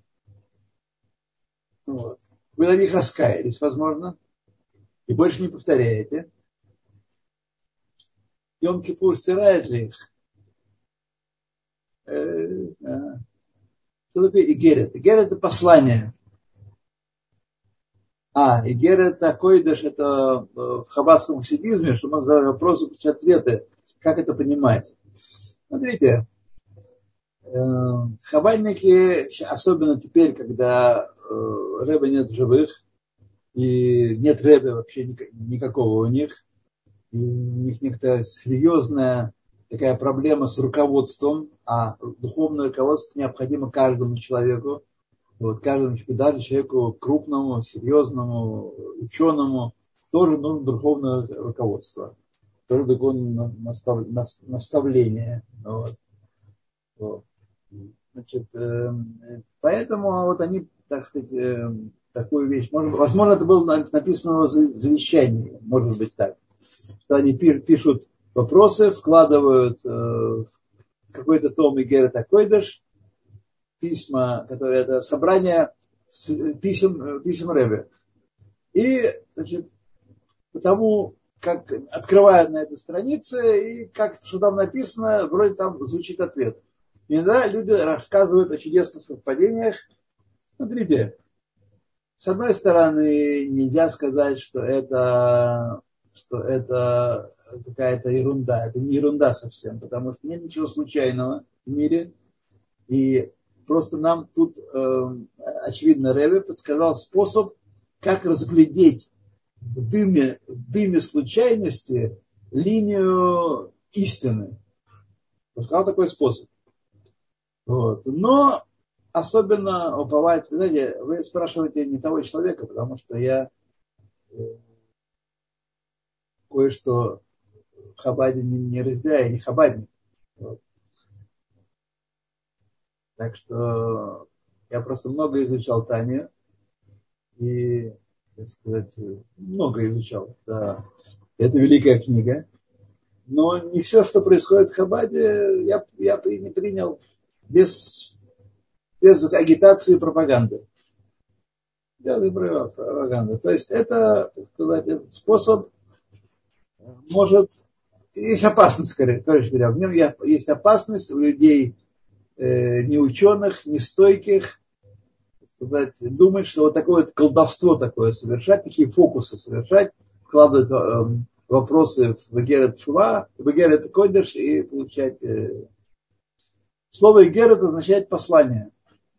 Вот. Вы на них раскаялись, возможно, и больше не повторяете. Йом-Кипур стирает ли их? Что такое игерет? Игерет это послание. А, игерет такой, даже это в хаббатском хасидизме, что мы задаем вопросы, ответы. Как это понимать? Смотрите, хаббатники, особенно теперь, когда Ребе нет в живых, и нет Ребе вообще никакого у них, и у них некоторая серьезная такая проблема с руководством, а духовное руководство необходимо каждому человеку, вот, каждому человеку, даже человеку крупному, серьезному, ученому, тоже нужно духовное руководство, тоже духовное наставление. Вот. Вот. Значит, поэтому вот они, так сказать, такую вещь, может, возможно, это было написано в завещании, может быть так, что они пишут вопросы, вкладывают э, в какой-то том Игерет а-Койдеш, письма, которые это собрание писем, писем Ребе. И, значит, потому как открывают на этой странице, и как что там написано, вроде там звучит ответ. Иногда люди рассказывают о чудесных совпадениях. Смотрите, с одной стороны, нельзя сказать, что это... что это какая-то ерунда. Это не ерунда совсем, потому что нет ничего случайного в мире. И просто нам тут, э, очевидно, Ребе подсказал способ, как разглядеть в дыме, в дыме случайности линию истины. Подсказал такой способ. Вот. Но особенно уповать, знаете, вы спрашиваете не того человека, потому что я... кое-что в Хабаде не, не разделяю, не хабадник. Вот. Так что я просто много изучал Танию и, так сказать, много изучал. Да. Это великая книга. Но не все, что происходит в Хабаде, я, я не принял без, без агитации и пропаганды. Без пропаганды. То есть это, так сказать, способ. Может, есть опасность, короче говоря, в нем есть опасность у людей э, неученых, нестойких, сказать, думать, что вот такое вот колдовство такое совершать, такие фокусы совершать, вкладывать э, вопросы в Игерет Шува, в Игерет Кодеш и получать... Э... Слово Игерет означает послание.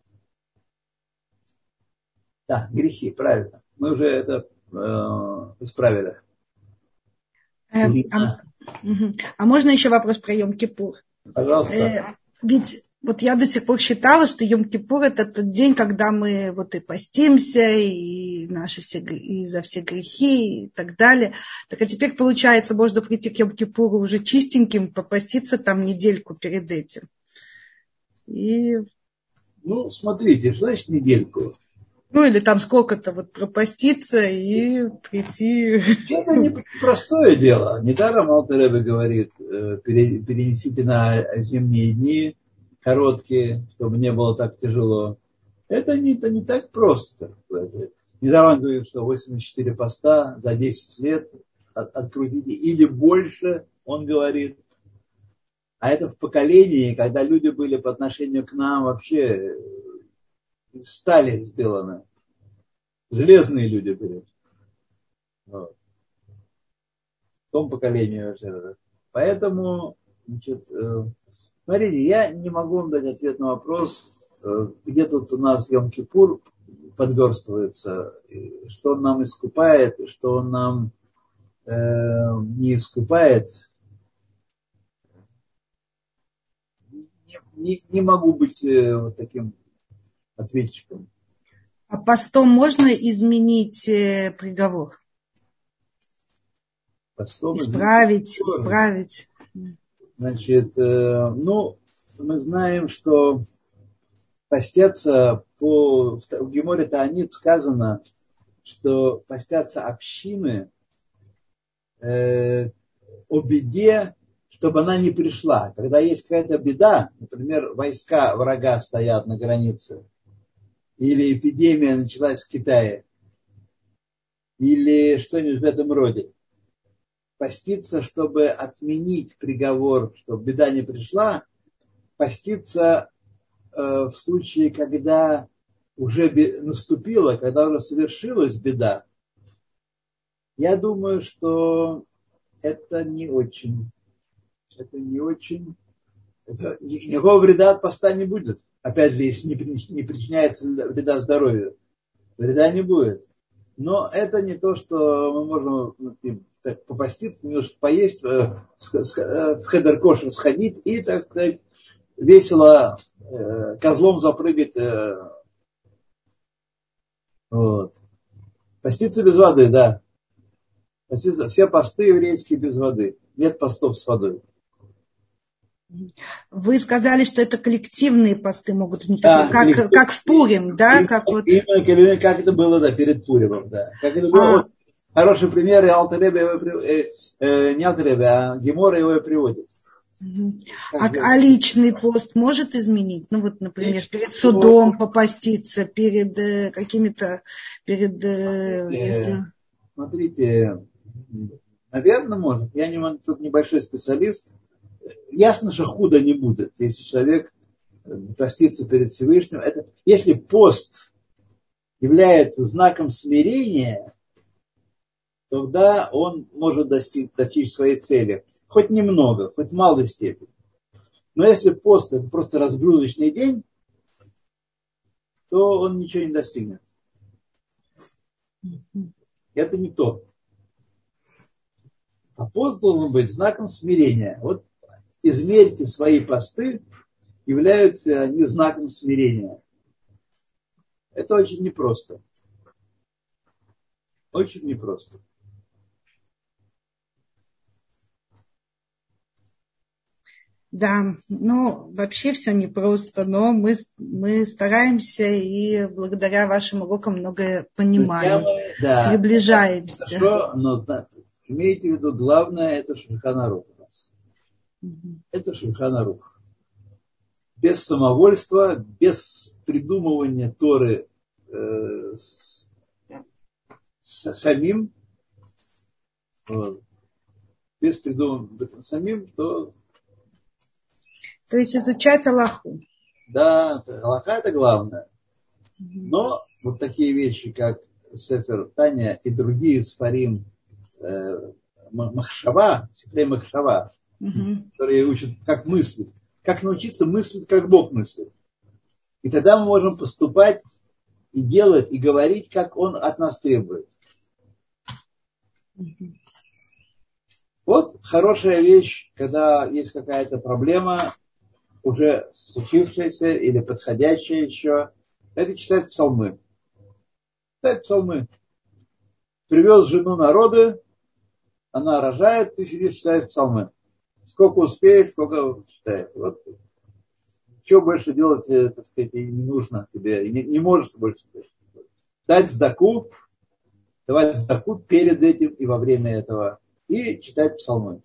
Да, грехи, правильно. Мы уже это э, исправили. Э, а, угу. а можно еще вопрос про Йом-Кипур? Пожалуйста. Э, ведь вот я до сих пор считала, что Йом-Кипур это тот день, когда мы вот и постимся, и наши все, и за все грехи, и так далее. Так а теперь, получается, можно прийти к Йом-Кипуру уже чистеньким, попаститься там недельку перед этим. И... Ну, смотрите, что значит недельку? Ну, или там сколько-то вот пропаститься и прийти. Это не простое дело. Недаром Алтер Ребе говорит, перенесите на зимние дни короткие, чтобы не было так тяжело. Это не, это не так просто. Недаром он говорит, что восемьдесят четыре поста за десять лет от, открутите или больше, он говорит. А это в поколении, когда люди были по отношению к нам вообще из стали сделаны. Железные люди были. Вот. В том поколении вообще. Поэтому, значит, э, смотрите, я не могу вам дать ответ на вопрос, э, где тут у нас Йом-Кипур подверстывается, что он нам искупает, и что он нам э, не искупает. Не, не, не могу быть э, вот таким ответчиком. А постом можно изменить э, приговор? Постом исправить, исправить. Значит, э, ну, мы знаем, что постятся по... В Геморе Таанит сказано, что постятся общины э, о беде, чтобы она не пришла. Когда есть какая-то беда, например, войска врага стоят на границе, или эпидемия началась в Китае, или что-нибудь в этом роде. Поститься, чтобы отменить приговор, чтобы беда не пришла, поститься э, в случае, когда уже наступила, когда уже совершилась беда. Я думаю, что это не очень. Это не очень. Это, никакого вреда от поста не будет. Опять же, если не причиняется вреда здоровью. Вреда не будет. Но это не то, что мы можем так, попаститься, немножко поесть, в хедер кошер сходить и, так сказать, весело козлом запрыгать. Вот. Поститься без воды, да. Поститься, все посты еврейские без воды. Нет постов с водой. Вы сказали, что это коллективные посты могут быть, да, как, как в Пурим, да? Как, вот... именно, как это было, да, перед Пуримом, да. Как это было, а. вот, хороший пример, и Алтер Ребе его, э, э, не Алтер Ребе, а Гемора его и приводит. Угу. А, а личный пост может изменить? Ну вот, например, личный перед судом пост. Попаститься, перед э, какими-то, перед... Э, смотрите, если... смотрите, наверное, может. Я не, тут небольшой специалист. Ясно, что худо не будет, если человек постится перед Всевышним. Это, если пост является знаком смирения, тогда он может достичь, достичь своей цели. Хоть немного, хоть в малой степени. Но если пост это просто разгрузочный день, то он ничего не достигнет. Это не то. А пост должен быть знаком смирения. Вот измерьте свои посты, являются они знаком смирения. Это очень непросто. Очень непросто. Да, ну, вообще все непросто, но мы, мы стараемся и благодаря вашим урокам многое понимаем, да, приближаемся. Хорошо, но да, имейте в виду, главное, это Шульхан Арух у нас. Угу. Это Шульхан Арух. Без самовольства, без придумывания Торы э, с, с, самим, вот, без придумывания самим, то... То есть изучать Аллаху. Да, Аллаха это главное. Но вот такие вещи, как Сефер Таня и другие сфарим э, Махшава, Сефрей Махшава, mm-hmm. которые учат, как мыслить, как научиться мыслить, как Бог мыслит. И тогда мы можем поступать и делать, и говорить, как Он от нас требует. Mm-hmm. Вот хорошая вещь, когда есть какая-то проблема, уже случившаяся или подходящая еще, это читать псалмы. Читать псалмы. Привез жену народа, она рожает, ты сидишь, читаешь псалмы. Сколько успеешь, сколько читаешь. Вот. Что больше делать, так сказать, не нужно тебе, не, не можешь больше. Дать сдаку, давать сдаку перед этим и во время этого, и читать псалмы.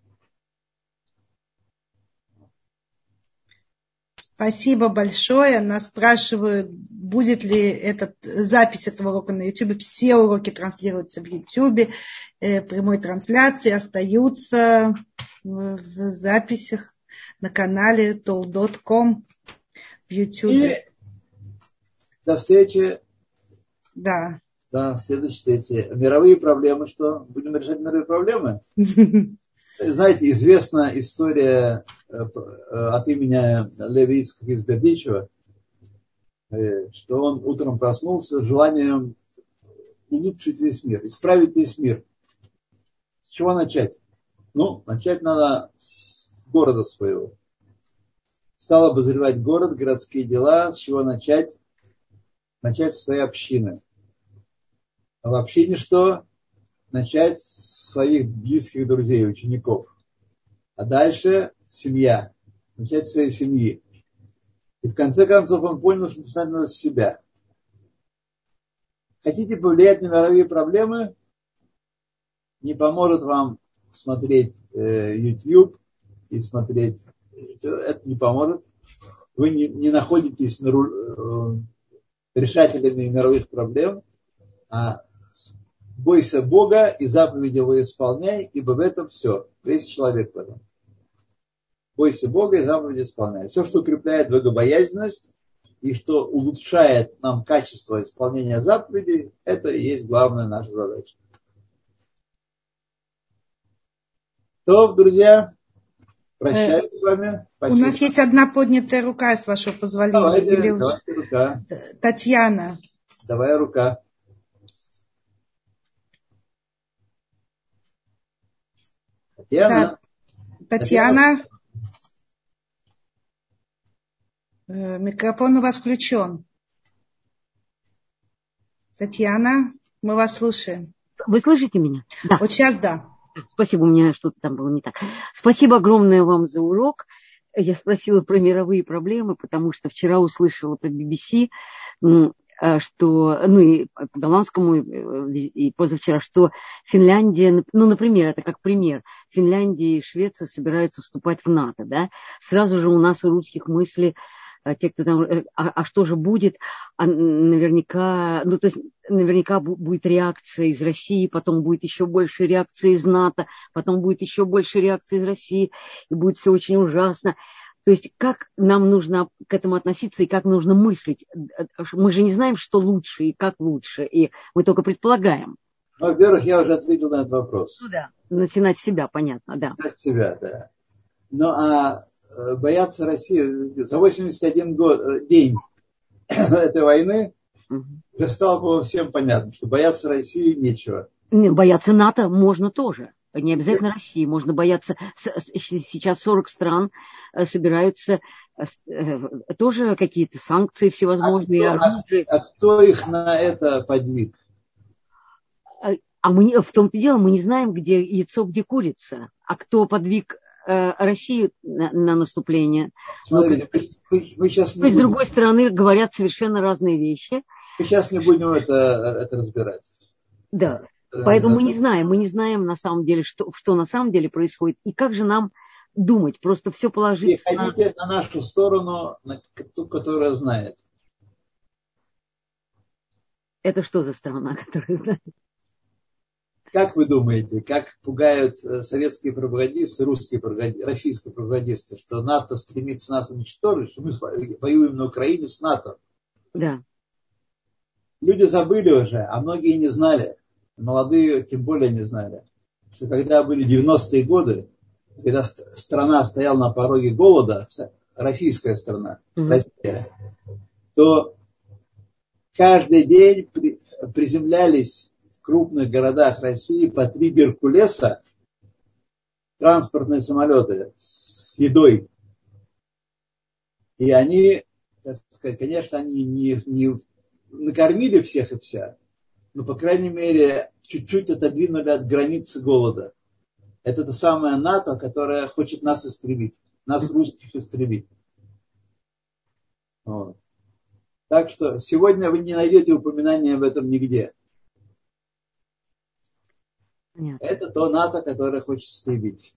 Спасибо большое. Нас спрашивают, будет ли этот, запись этого урока на YouTube. Все уроки транслируются в YouTube. Э, прямой трансляции остаются в, в записях на канале толдот точка ком в YouTube. И до встречи. Да. Да, в следующей встрече. Мировые проблемы, что? Будем решать мировые проблемы? Знаете, известна история от имени Леви Ицхака из Бердичева, что он утром проснулся с желанием улучшить весь мир, исправить весь мир. С чего начать? Ну, начать надо с города своего. Стал обозревать город, городские дела. С чего начать? Начать с своей общины. А в общине что? Начать с своих близких друзей, учеников. А дальше семья. Начать с своей семьи. И в конце концов он понял, что начинать надо с себя. Хотите повлиять на мировые проблемы? Не поможет вам смотреть э, YouTube и смотреть. Это не поможет. Вы не, не находитесь на, э, решателями мировых проблем, а бойся Бога и заповеди Его исполняй, ибо в этом все. Весь человек в этом. Бойся Бога и заповеди исполняй. Все, что укрепляет богобоязненность и что улучшает нам качество исполнения заповедей, это и есть главная наша задача. То, друзья, прощаюсь с вами. Спасибо. У нас есть одна поднятая рука, с вашего позволения. Давайте, Или давайте рука. Татьяна. Давай рука. Татьяна. Да. Татьяна. Татьяна. Микрофон у вас включен. Татьяна, мы вас слушаем. Вы слышите меня? Да. Вот сейчас да. Спасибо, у меня что-то там было не так. Спасибо огромное вам за урок. Я спросила про мировые проблемы, потому что вчера услышала по би би си, что, ну и по Голландскому, и позавчера, что Финляндия, ну, например, это как пример, Финляндия и Швеция собираются вступать в НАТО, да, сразу же у нас у русских мысли, те, кто там, а, а что же будет, а наверняка, ну, то есть наверняка будет реакция из России, потом будет еще больше реакции из НАТО, потом будет еще больше реакции из России, и будет все очень ужасно. То есть как нам нужно к этому относиться и как нужно мыслить? Мы же не знаем, что лучше и как лучше, и мы только предполагаем. Ну, во-первых, я уже ответил на этот вопрос. Ну да, начинать с себя, понятно, да. Начинать с себя, да. Ну, а бояться России за восемьдесят один год, день этой войны угу. уже стало по всем понятно, что бояться России нечего. Не, бояться НАТО можно тоже. Не обязательно России. Можно бояться. Сейчас сорок стран собираются тоже какие-то санкции всевозможные. А кто, оружие. А, а кто их на это подвиг? А мы в том-то дело, мы не знаем, где яйцо, где курица. А кто подвиг России на, на наступление? Смотрите, мы, мы, мы сейчас не То есть, с другой стороны, говорят совершенно разные вещи. Мы сейчас не будем это, это разбирать. Да. Поэтому мы не знаем, мы не знаем на самом деле, что, что на самом деле происходит. И как же нам думать? Просто все положить. И ходите на... на нашу сторону, на ту, которая знает. Это что за страна, которая знает? Как вы думаете, как пугают советские пропагандисты, русские пропагандисты, российские пропагандисты, что НАТО стремится нас уничтожить, что мы воюем на Украине с НАТО? Да. люди забыли уже, а многие не знали. Молодые тем более не знали, что когда были девяностые годы, когда страна стояла на пороге голода, российская страна, mm-hmm. Россия, то каждый день при, приземлялись в крупных городах России по три Геркулеса транспортные самолеты с едой. И они, так сказать, конечно, они не, не накормили всех и вся, но, по крайней мере, чуть-чуть отодвинули от границы голода. Это та самая НАТО, которая хочет нас истребить, нас, русских, истребить. Вот. Так что сегодня вы не найдете упоминания об этом нигде. Нет. Это то НАТО, которое хочет истребить.